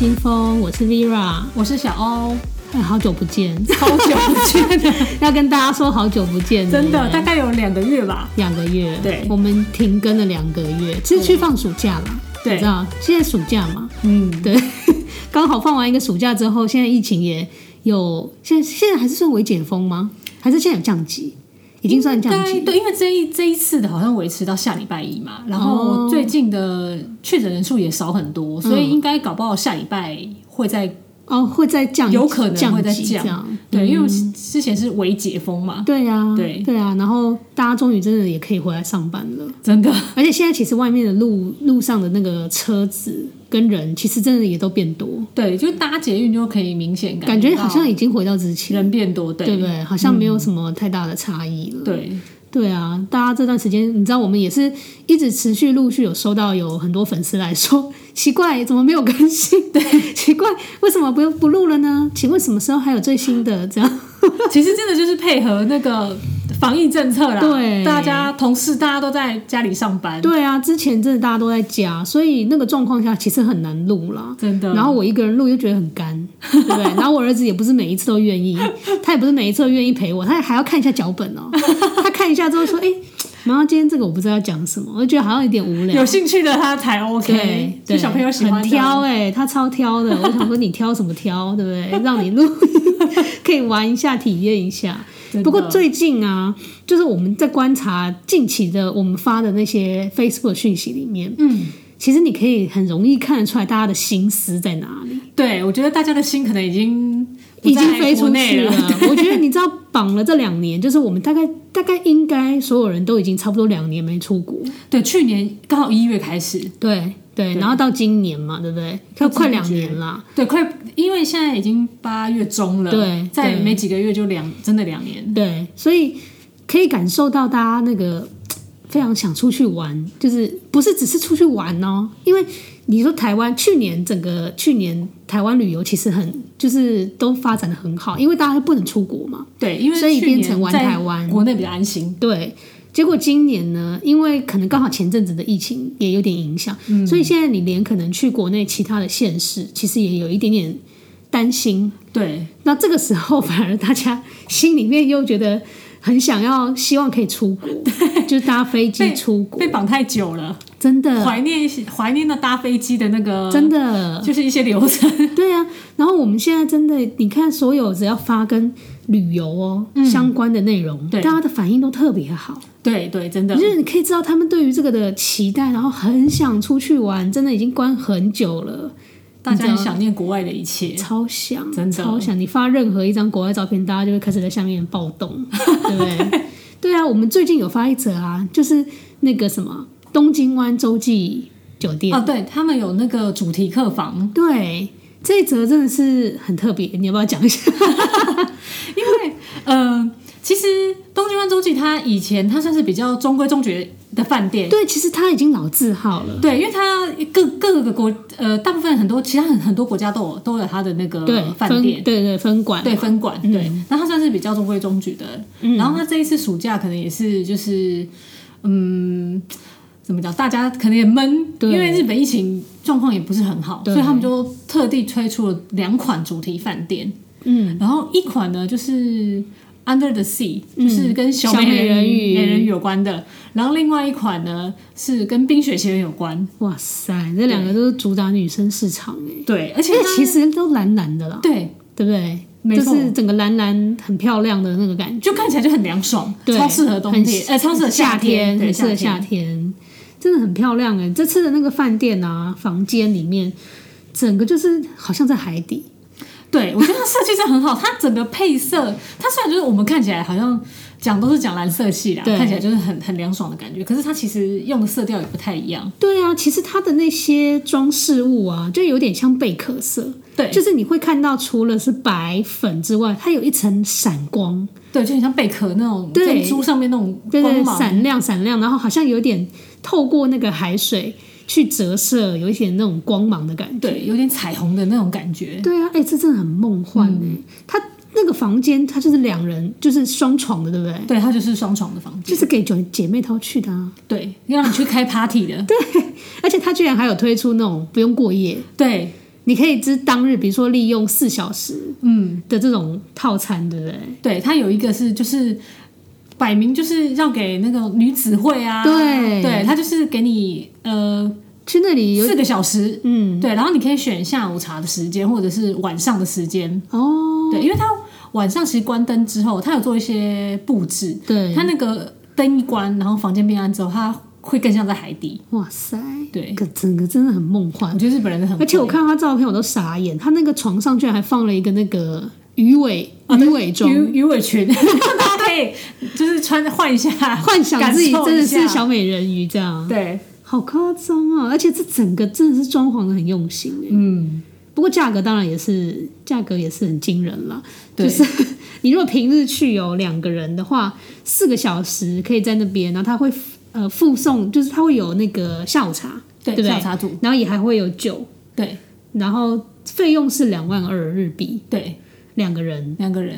新风，我是 Vera， 我是小欧。 好久不见， 好久不见要跟大家说好久不见， 真的大概有2个月吧。 2个月， 对， 我们停更了2个月，是去放暑假了。 对， 你知道现在暑假嘛？对，刚好放完一个暑假之后，现在疫情也有，现在还是算微解封吗？还是现在有降级？已经算降级。 对，因为这一次的好像维持到下礼拜1嘛，然后最近的确诊人数也少很多，所以应该搞不好下礼拜会再降， 有可能会再降。 对，因为之前是微解封嘛。 对啊，对啊，然后大家终于真的也可以回来上班了， 真的。 而且现在其实外面的路上的那个车子跟人，其实真的也都变多。 对，就搭捷运就可以明显感觉好像已经回到之前， 人变多，对不对？好像没有什么太大的差异了。对啊，大家这段时间，你知道我们也是一直持续陆续有收到有很多粉丝来说，奇怪怎么没有更新？对，奇怪为什么不录了呢？请问什么时候还有最新的？这样其实真的就是配合那个防疫政策啦。对，大家同事大家都在家里上班。 对啊，之前真的大家都在家，所以那个状况下其实很难录啦， 真的。 然后我一个人录就觉得很干，对不对？然后我儿子也不是每一次都愿意，他也不是每一次都愿意陪我，他还要看一下脚本哦，他看一下之后说：“妈妈，今天这个我不知道要讲什么，我就觉得好像有点无聊。” 有兴趣的他才 OK， 对，小朋友喜欢很挑他超挑的。我想说你挑什么挑，对不对？让你录可以玩一下，体验一下。不过最近啊，就是我们在观察近期的我们发的那些 Facebook 讯息里面，其实你可以很容易看得出来大家的心思在哪里。 对，我觉得大家的心可能已经飞出去了。我觉得你知道绑了这2年，就是我们大概应该所有人都已经差不多2年没出国。 对，去年刚好1月开始。 对，然后到今年嘛，对不对？快2年啦。 对，因为现在已经8月中了，对，再没几个月就真的2年。 对，所以可以感受到大家那个非常想出去玩，就是不是只是出去玩哦，因为你说台湾去年台湾旅游其实就是都发展的很好，因为大家不能出国嘛， 对，因为所以变成玩台湾， 国内比较安心。 对。结果今年呢，因为可能刚好前阵子的疫情也有点影响，所以现在你连可能去国内其他的县市，其实也有一点点担心。 对， 那这个时候反而大家心里面又觉得很希望可以出国，就是搭飞机出国。 被绑太久了， 真的怀念那搭飞机的那个， 真的就是一些流程。 对啊，然后我们现在真的，你看所有只要发跟旅游相关的内容，大家的反应都特别好。 对，真的， 就是你可以知道他们对于这个的期待，然后很想出去玩，真的已经关很久了。 大家很想念国外的一切， 超想， 真的超想。你发任何一张国外照片，大家就会开始在下面暴动，对不对？对啊，我们最近有发一则啊，就是那个什么东京湾洲际酒店对，他们有那个主题客房。 对，这一则真的是很特别，你要不要讲一下？ 因为其实东京湾洲际它以前它算是比较中规中矩的饭店。 对，其实它已经老字号了。 对，因为它各个大部分其他很多国家都有它的那个饭店， 对分馆， 对分馆，对，那它算是比较中规中矩的。然后它这一次暑假可能也是就是怎么讲，大家可能也闷，因为日本疫情状况也不是很好，所以他们就特地推出了2款主题饭店。然后一款呢就是 Under the Sea， 就是跟小美人鱼有关的，然后另外一款呢是跟冰雪奇缘有关。 哇塞，这2个都是主打女生市场对，而且其实都蓝蓝的啦，对不对？就是整个蓝蓝很漂亮的那个感觉， 就看起来就很凉爽，超适合冬天，超适合夏天， 很适合夏天，真的很漂亮这次的那个饭店啊，房间里面整个就是好像在海底。 对，我觉得它设计是很好，它整个配色，它虽然就是我们看起来好像都是讲蓝色系啦，看起来就是很凉爽的感觉，可是它其实用的色调也不太一样。 对啊，其实它的那些装饰物啊，就有点像贝壳色。 对， 就是你会看到除了是白粉之外，它有一层闪光。 对，就很像贝壳那种珍珠上面那种光芒， 对，闪亮，然后好像有点透过那个海水去折射，有一点那种光芒的感觉， 对，有点彩虹的那种感觉。 对啊，这真的很梦幻它那个房间，它就是2人，就是双床的，对不对？ 对，它就是双床的房间， 就是给姐妹淘去的啊。 对，要让你去开 party 的。 对，而且它居然还有推出那种不用过夜。 对， 你可以只当日，比如说利用4小时的这种套餐，对不对？ 对，它有一个是就是摆明就是要给那个女子会啊，对，它就是给你去那里有 4个小时，对，然后你可以选下午茶的时间或者是晚上的时间哦，对，因为它晚上其实关灯之后，它有做一些布置， 对， 它那个灯一关，然后房间变暗之后，它会更像在海底。 哇塞， 对， 整个真的很梦幻。 我觉得日本人很， 而且我看到他照片我都傻眼，他那个床上居然还放了一个那个鱼尾装、 鱼尾裙，大家可以就是换一下， 幻想自己真的是小美人鱼这样。 对， 好夸张啊！而且这整个真的是装潢的很用心不过价格当然也是很惊人了，就是你如果平日去有2个人的话，4个小时可以在那边，然后他会附送，就是他会有那个下午茶，对不对？ 下午茶组， 然后也还会有酒， 对， 然后费用是22000日币， 对 ，2个人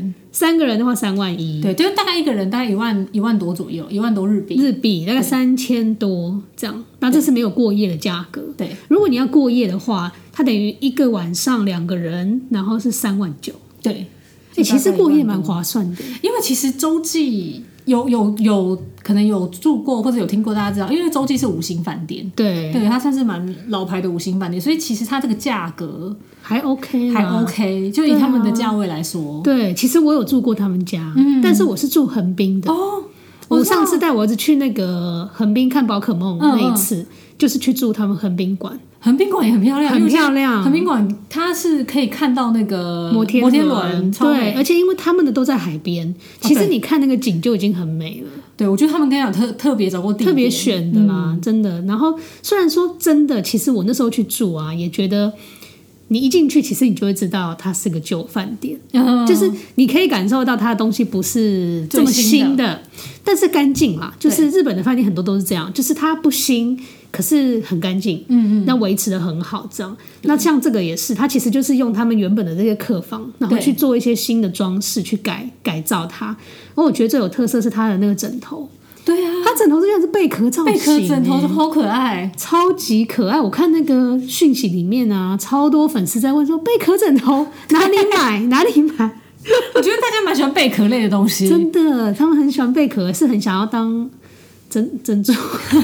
，3 个人的话31000， 对，就是大概一个人大概1万多左右，1万多日币， 大概3000多这样。那这是没有过夜的价格， 对。 如果你要过夜的话，它等于一个晚上2个人，然后是39000， 对。 其实过夜蛮划算的， 因为其实洲际有可能有住过或者有听过，大家知道，因为洲际是5星饭店， 对， 它算是蛮老牌的5星饭店，所以其实它这个价格还 OK， 就以他们的价位来说， 对，其实我有住过他们家，但是我是住横滨的哦。 我上次带我儿子去那个横滨看宝可梦那一次，就是去住他们横滨馆。 横滨馆也很漂亮， 很漂亮。 横滨馆它是可以看到那个摩天轮， 对，而且因为他们的都在海边，其实你看那个景就已经很美了。 对，我觉得他们应该有特别找过地点， 特别选的啦，真的。然后虽然说真的，其实我那时候去住啊，也觉得你一进去，其实你就会知道它是个旧饭店，就是你可以感受到它的东西不是这么新的，但是干净啦。就是日本的饭店很多都是这样，就是它不新，可是很干净，那维持的很好，这样。那像这个也是，它其实就是用他们原本的这些客房，然后去做一些新的装饰，去改造它。然后我觉得最有特色是它的那个枕头。 对啊， 它枕头这样是贝壳造型， 贝壳枕头好可爱， 超级可爱。我看那个讯息里面啊，超多粉丝在问说贝壳枕头哪里买哪里买。 我觉得大家蛮喜欢贝壳类的东西， 真的，他们很喜欢贝壳，是很想要当珍珠。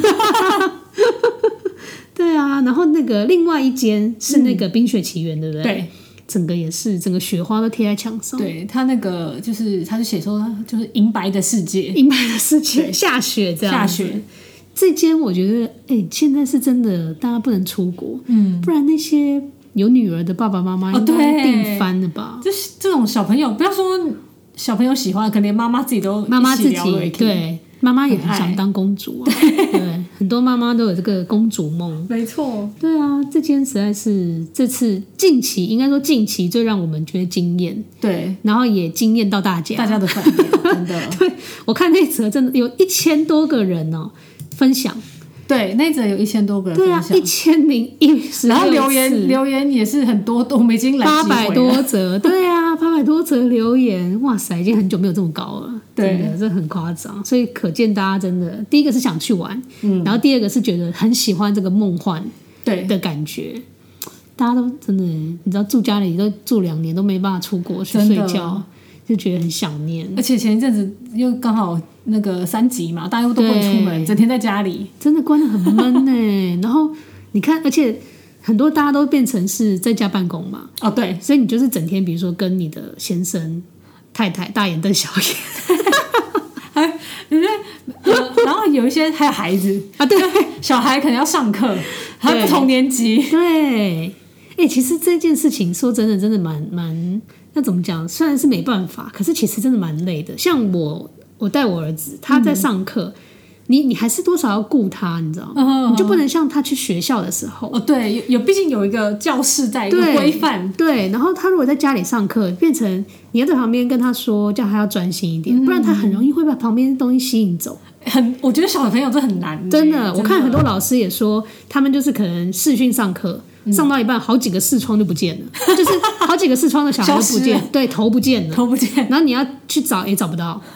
对啊，然后那个另外一间是那个冰雪奇缘，对不对？ 对。 整个雪花都贴在墙上， 对，他那个就是他就写说就是银白的世界， 下雪这样， 下雪。 这间我觉得，现在是真的，大家不能出国，不然那些有女儿的爸爸妈妈应该订翻了吧？ 就是这种小朋友，不要说小朋友喜欢，可能连妈妈自己都对。妈妈也很想当公主啊，对，很多妈妈都有这个公主梦， 没错， 对啊，这间实在是这次近期最让我们觉得惊艳， 对， 然后也惊艳到大家的饭店，真的， 对，我看那则真的有1000多个人分享。 对，那则有1000多个人分享， 对啊，1016， 然后留言也是很多，我们已经来 800多则，对啊，800多则留言，哇塞，已经很久没有这么高了， 对， 真的这很夸张，所以可见大家真的，第一个是想去玩，然后第二个是觉得很喜欢这个梦幻的感觉，大家都真的，你知道住家里都住2年都没办法出国去睡觉，就觉得很想念， 而且前一阵子又刚好那个3级嘛，大家都不会出门，整天在家里， 真的关得很闷耶。然后你看，而且很多大家都变成是在家办公嘛， 哦对， 所以你就是整天比如说跟你的先生太太大眼瞪小眼， 然后有一些还有孩子啊，对， 小孩可能要上课，还有不同年级， 对，其实这件事情说真的蛮那怎么讲？虽然是没办法，可是其实真的蛮累的。像我带我儿子，他在上课，你还是多少要顾他，你知道吗？你就不能像他去学校的时候， 对，毕竟有一个教室在，一个规范， 对。然后他如果在家里上课，变成你要在旁边跟他说，叫他要专心一点，不然他很容易会把旁边的东西吸引走。 我觉得小朋友这很难， 真的。我看很多老师也说，他们就是可能视讯上课。上到一半，好几个视窗就不见了，就是好几个视窗的小孩都不见，对，头不见了， 然后你要去找也找不到，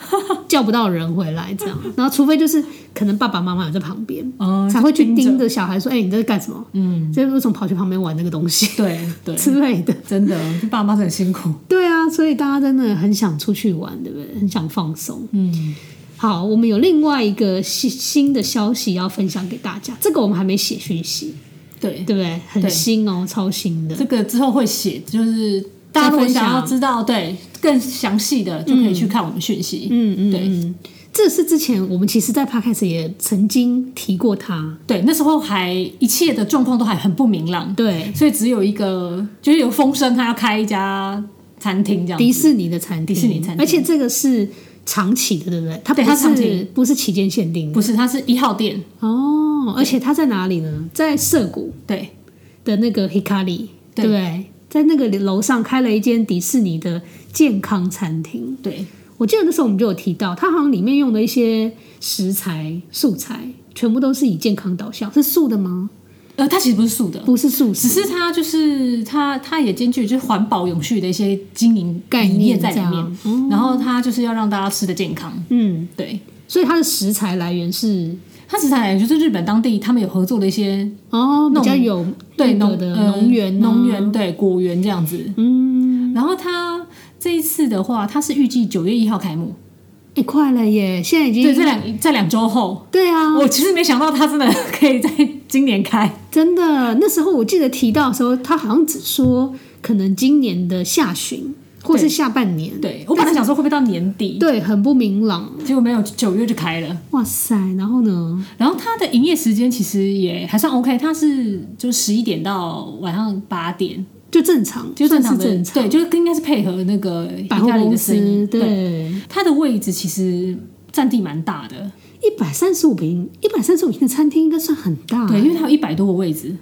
叫不到人回来这样，然后除非就是可能爸爸妈妈有在旁边，才会去盯着小孩说：“你在干什么？这为什么跑去旁边玩那个东西？” 对之类的， 真的，爸妈很辛苦。 对啊，所以大家真的很想出去玩，对不对？很想放松。好，我们有另外一个新的消息要分享给大家，这个我们还没写讯息，对不对？很新哦，超新的。 这个之后会写，就是大家如果想要知道更详细的，就可以去看我们讯息。对。 这是之前我们其实在 Podcast 也曾经提过它， 对，那时候还一切的状况都还很不明朗， 对， 所以只有一个就是有风声，他要开一家餐厅这样子， 迪士尼的餐厅，而且这个是长期的，对不对？它不是期间限定的， 不是，它是1号店哦，而且它在哪里呢？在涩谷对的那个 Hikari， 对不对？在那个楼上开了一间迪士尼的健康餐厅， 对。 我记得那时候我们就有提到，它好像里面用的一些食材素材，全部都是以健康导向，是素的吗？ 它其实不是素的， 不是素食， 只是它就是它也兼具就是环保永续的一些经营概念在里面，然后它就是要让大家吃的健康，对， 所以它的食材来源是。 它食材来源就是日本当地他们有合作的一些比较有农园对果园这样子，然后它这一次的话，它是预计9月1号开幕， 快了耶！现在已经对，在2周后。 对啊， 我其实没想到它真的可以在今年开， 真的。那时候我记得提到的时候，他好像只说可能今年的下旬。或是下半年， 对，我本来想说会不会到年底， 对，很不明朗， 结果没有，9月就开了， 哇塞！然后呢？ 然后它的营业时间其实也还算 OK， 它是就11点到晚上8点， 就正常， 就正常的， 对，就是应该是配合那个百货公司， 对，它的位置其实占地蛮大的 ，135平的餐厅应该算很大， 对，因为它有100多个位置。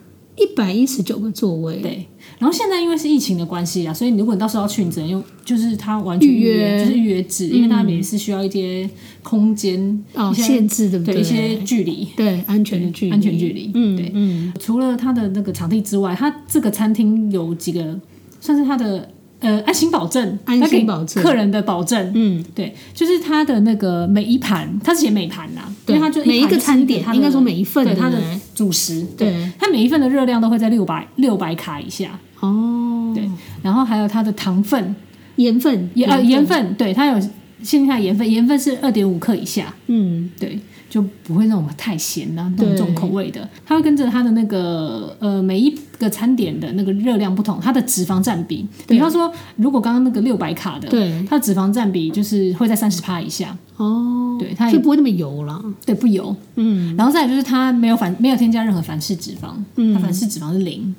119个座位， 对。然后现在因为是疫情的关系啊，所以如果你到时候要去，你只能用，就是它完全预约，就是预约制，因为它也是需要一些空间限制，对不对？ 对，一些距离， 对，安全距离， 对。除了它的那个场地之外，它这个餐厅有几个算是它的安心保证，客人的保证，对，就是它的那个每一盘，它是写每盘啦，因为它就每一个餐点，应该说每一份对它的主食，对，它每一份的热量都会在600卡以下，对，然后还有它的糖分、 盐分， 对，它有限定它的盐分是2.5克以下，对。就不会那种太咸啊，那种重口味的，它会跟着它的那个每一个餐点的那个热量不同，它的脂肪占比，比方说如果刚刚那个600卡的，对，它的脂肪占比就是会在30%以下，对，它就不会那么油了， 对，不油，然后再来就是它没有添加任何反式脂肪，它反式脂肪是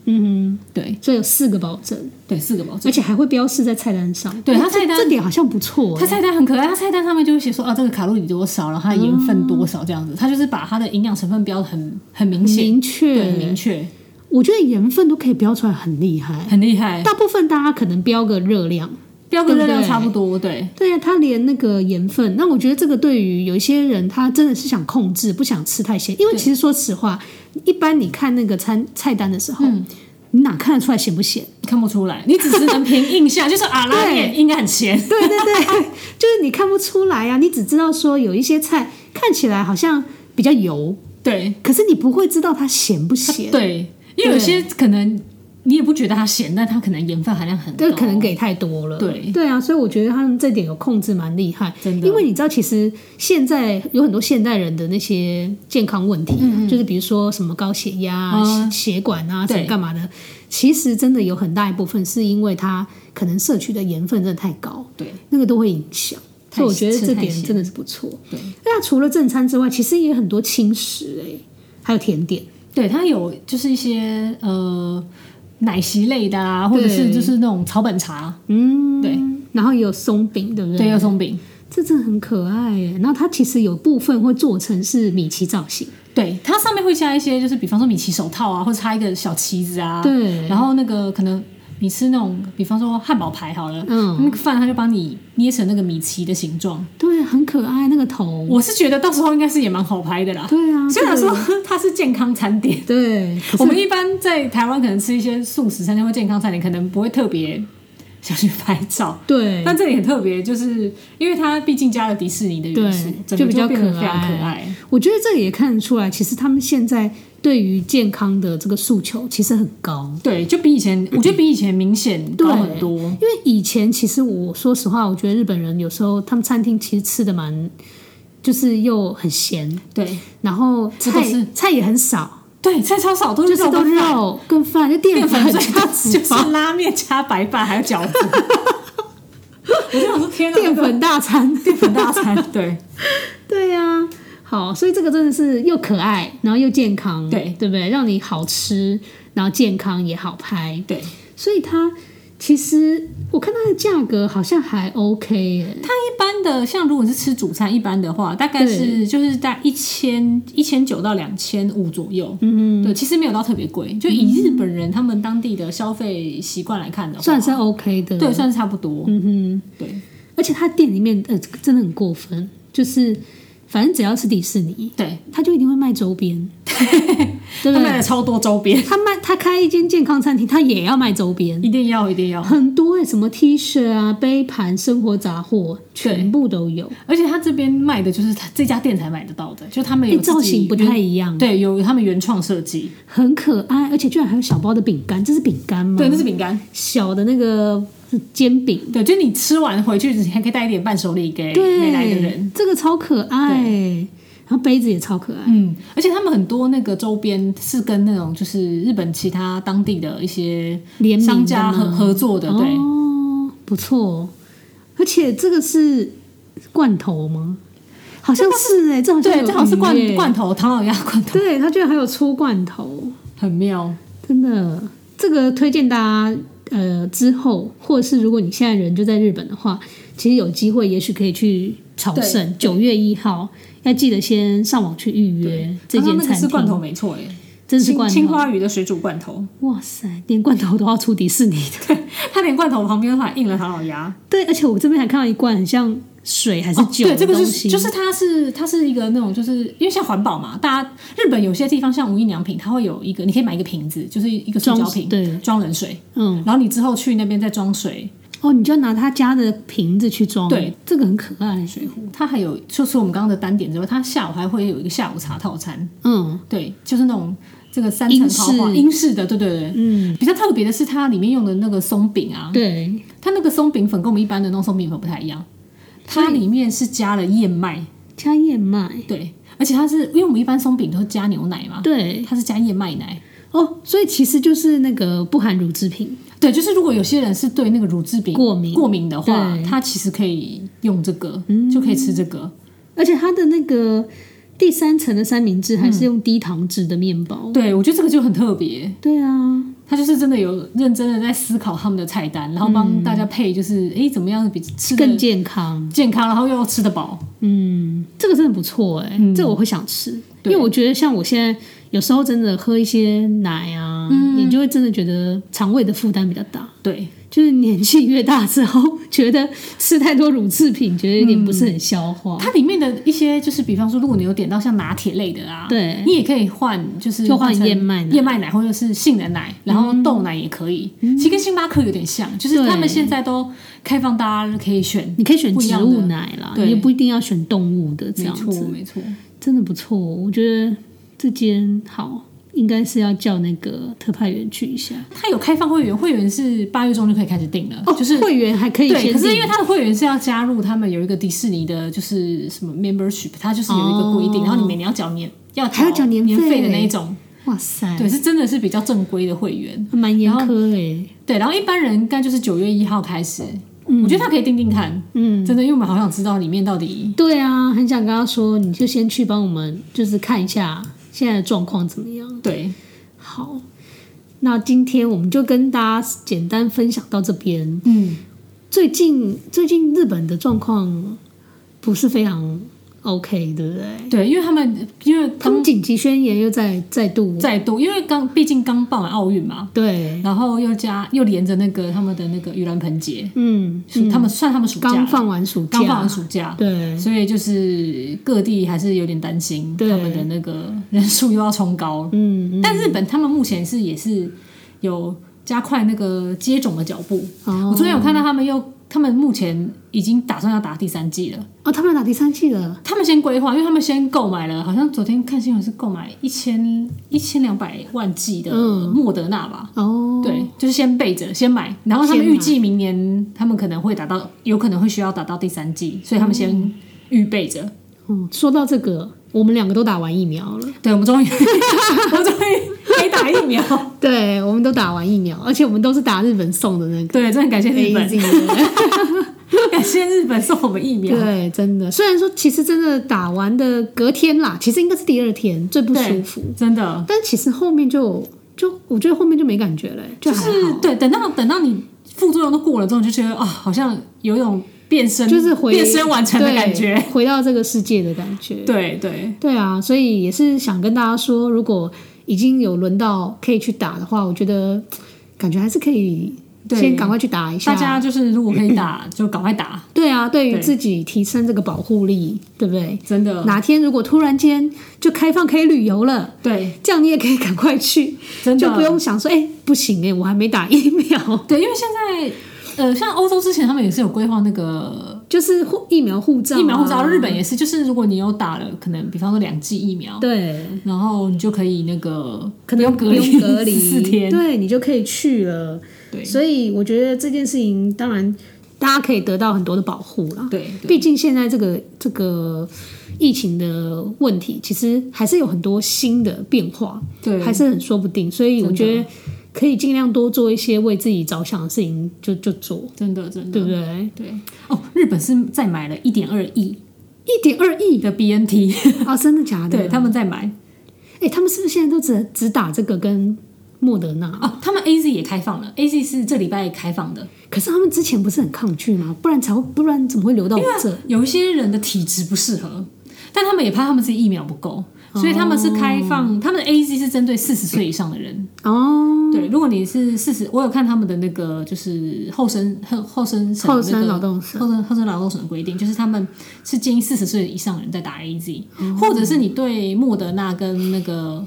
0，对， 所以有4个保证， 对，4个保证， 而且还会标示在菜单上， 对，它菜单这点好像不错， 它菜单很可爱，它菜单上面就会写说这个卡路里多少，然后它的盐分多少。这样子，它就是把它的营养成分标得很明显、 明确。我觉得盐分都可以标出来，很厉害， 很厉害。 大部分大家可能标个热量差不多，对啊，他连那个盐分，那我觉得这个对于有一些人，他真的是想控制，不想吃太咸。因为其实说实话，一般你看那个菜单的时候，你哪看得出来咸不咸？ 看不出来，你只是能凭印象，就是拉面应该很咸。 对，就是你看不出来啊，你只知道说有一些菜看起来好像比较油， 对， 可是你不会知道它咸不咸。 对，因为有些可能你也不觉得它咸，但它可能盐分含量很高， 可能给太多了。对啊，所以我觉得他们这点有控制蛮厉害， 真的。 因为你知道，其实现在有很多现代人的那些健康问题，就是比如说什么高血压、血管啊，什么干嘛的，其实真的有很大一部分是因为它可能摄取的盐分真的太高， 对， 那个都会影响。所以我觉得这点真的是不错。对，那除了正餐之外，其实也很多轻食还有甜点。 对，它有就是一些奶昔类的啊，或者是就是那种草本茶，对， 然后也有松饼，对不对？ 对，有松饼， 这真的很可爱耶。然后它其实有部分会做成是米奇造型， 对，它上面会加一些就是比方说米奇手套啊，或者插一个小旗子啊， 对， 然后那个可能你吃那种比方说汉堡排好了，那个饭它就帮你捏成那个米奇的形状， 对，很可爱那个头。 我是觉得到时候应该是也蛮好拍的啦。 对啊， 虽然说它是健康餐点， 对， 我们一般在台湾可能吃一些素食餐厅或健康餐点，可能不会特别想去拍照。 对， 但这里很特别，就是因为它毕竟加了迪士尼的元素，整个就比较变得非常可爱。 我觉得这里也看得出来，其实他们现在对于健康的这个诉求其实很高。 对，就比以前，我觉得比以前明显高很多。因为以前其实我说实话，我觉得日本人有时候他们餐厅其实吃的蛮，就是又很咸， 对， 然后菜也很少。 对，菜超少，都是肉跟饭，就淀粉就是拉面加白饭还有饺子。我就想说，天哪， 淀粉大餐， 淀粉大餐，对， 对呀、啊。好，所以这个真的是又可爱，然后又健康， 对不对？让你好吃，然后健康也好拍， 对。 所以它其实我看它的价格好像还 OK 耶。 它一般的，像如果是吃主餐一般的话，大概是就是在1900到2500左右。对，其实没有到特别贵。就以日本人他们当地的消费习惯来看的话， 算是 OK 的， 对，算是差不多。对。 而且它店里面真的很过分，就是反正只要是迪士尼， 对， 他就一定会卖周边，对不对？ 他卖了超多周边。 他开一间健康餐厅，他也要卖周边， 一定要很多什么 T 恤啊、杯盘、生活杂货，全部都有。 而且他这边卖的就是他这家店才买得到的，就他们有造型不太一样， 对，有他们原创设计， 很可爱，而且居然还有小包的饼干，这是饼干吗？ 对，那是饼干， 小的那个煎饼， 对，就你吃完回去还可以带一点伴手礼给没来的人， 这个超可爱。然后杯子也超可爱， 而且他们很多那个周边是跟那种就是日本其他当地的一些商家合作的，对， 不错。而且这个是罐头吗？好像是这好像对，这好像是罐头，唐老鸭罐头， 对，它居然还有出罐头， 很妙， 真的。这个推荐大家，之后或者是如果你现在人就在日本的话，其实有机会也许可以去朝圣，9月1号。要记得先上网去预约这间餐厅。 是罐头没错耶， 真是罐头， 青花鱼的水煮罐头。 哇塞，连罐头都要出迪士尼的。 对，他连罐头旁边还印了唐老鸭。 对，而且我这边还看到一罐很像水还是酒的东西。 对，这个就是它是一个那种，就是因为像环保嘛，大家日本有些地方像无印良品，它会有一个你可以买一个瓶子，就是一个塑胶瓶， 对， 装冷水。然后你之后去那边再装水。 你就拿他家的瓶子去装，对，这个很可爱。 水壶，它还有，就是我们刚刚的单点之外，它下午还会有一个下午茶套餐。对，就是那种这个3层豪华英式的，对，比较特别的是它里面用的那个松饼啊， 对， 它那个松饼粉跟我们一般的那种松饼粉不太一样，它里面是加了燕麦，对，而且它是因为我们一般松饼都是加牛奶嘛， 对， 它是加燕麦奶。 所以其实就是那个不含乳制品。 对，就是如果有些人是对那个乳制品过敏的话，他其实可以用这个，就可以吃这个。 而且它的那个第3层的三明治还是用低糖质的面包。 对，我觉得这个就很特别。 对啊， 他就是真的有认真的在思考他们的菜单，然后帮大家配，就是怎么样比吃更健康， 然后又吃得饱。 这个真的不错这个我会想吃，因为我觉得像我现在有时候真的喝一些奶啊，你就会真的觉得肠胃的负担比较大。 对， 就是年纪越大之后，觉得吃太多乳制品，觉得有点不是很消化。 它里面的一些就是，比方说，如果你有点到像拿铁类的啊， 对， 你也可以换，就换燕麦奶或者是杏仁奶，然后豆奶也可以。其实跟星巴克有点像，就是他们现在都开放大家可以选， 你可以选植物奶啦，你也不一定要选动物的这样子。 没错， 真的不错，我觉得这间好。应该是要叫那个特派员去一下。 他有开放会员，会员是8月中就可以开始订了。就是会员还可以先订。 对，可是因为他的会员是要加入他们有一个迪士尼的，就是什么 membership， 它就是有一个规定，然后你每年还要缴年费的那一种。 哇塞， 对，是真的是比较正规的会员， 蛮严苛对，然后一般人应该就是9月1号开始。我觉得他可以订订看，真的，因为我们好想知道里面到底。 对啊，很想跟他说，你就先去帮我们，就是看一下现在的状况怎么样。 对， 好，那今天我们就跟大家简单分享到这边。最近日本的状况不是非常 OK， 对不对？ 对，因为他们紧急宣言又再度， 因为毕竟刚办完奥运嘛， 对， 然后又连着那个他们的那个盂兰盆节，他们暑假刚放完暑假，对， 所以就是各地还是有点担心他们的那个人数又要冲高，但日本他们目前也是有加快那个接种的脚步。我昨天有看到他们目前已经打算要打第3剂了。 他们要打第3剂了。 他们先规划，因为他们先购买了，好像昨天看新闻是购买1200万剂的莫德纳吧。对，就是先备着，先买，然后他们预计明年他们可能会有可能会需要打到第3剂，所以他们先预备着。 说到这个，我们2个都打完疫苗了。 对，我们终于可以打疫苗。 对，我们都打完疫苗，而且我们都是打日本送的那个。 对，真的感谢日本，感谢日本送我们疫苗。 对，真的。虽然说其实真的打完的隔天啦，其实应该是第2天最不舒服， 真的。 但其实后面就我觉得后面就没感觉了， 就是对，等到你副作用都过了之后，就觉得好像有一种变身，就是变身完成的感觉， 回到这个世界的感觉。对啊，所以也是想跟大家说，如果已经有轮到可以去打的话，我觉得感觉还是可以先赶快去打一下。 大家就是如果可以打就赶快打。 对啊，对于自己提升这个保护力，对不对？ 真的， 哪天如果突然间就开放可以旅游了， 对， 这样你也可以赶快去，真的就不用想说不行我还没打疫苗。 对，因为现在像欧洲之前他们也是有规划那个就是疫苗护照， 日本也是，就是如果你有打了可能比方说2剂疫苗， 对， 然后你就可以那个可能不用隔离 14天， 对，你就可以去了。对，所以我觉得这件事情当然大家可以得到很多的保护啦。 对， 毕竟现在这个疫情的问题其实还是有很多新的变化，对，还是很说不定，所以我觉得可以尽量多做一些为自己着想的事情，就做， 真的， 对不对？ 对。日本是再买了1.2亿的 BNT 真的假的？ 对，他们在买。 他们是不是现在都只打这个跟莫德纳？ 他们 AZ 也开放了 ，AZ 是这礼拜开放的。 可是他们之前不是很抗拒吗？不然怎么会留到我这？ 有一些人的体质不适合，但他们也怕他们自己疫苗不够。所以他们是开放，他们的 AZ 是针对40岁以上的人。对，如果你是40，我有看他们的那个就是厚生劳动省的规定，就是他们是建议40岁以上的人在打 AZ，或者是你对莫德纳跟那个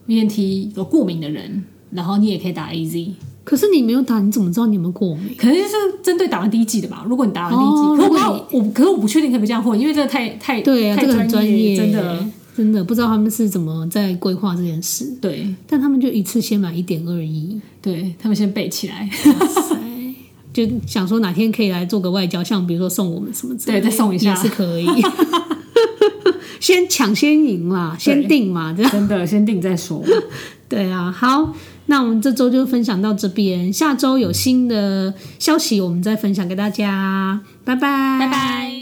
BNT 有过敏的人，然后你也可以打 AZ。 可是你没有打，你怎么知道你有没有过敏？ 可能就是针对打完第1剂的吧。如果你打完第1剂，可是我不确定可不可以这样混，因为这个太对啊，这个很专业，真的不知道他们是怎么在规划这件事。 对， 但他们就一次先买1.2亿， 对他们先备起来。 就想说哪天可以来做个外交，像比如说送我们什么之类的， 对，再送一下也是可以。先抢先赢嘛，先定嘛，这样真的先定再说。 对啊，好，那我们这周就分享到这边，下周有新的消息我们再分享给大家，拜拜， 拜拜。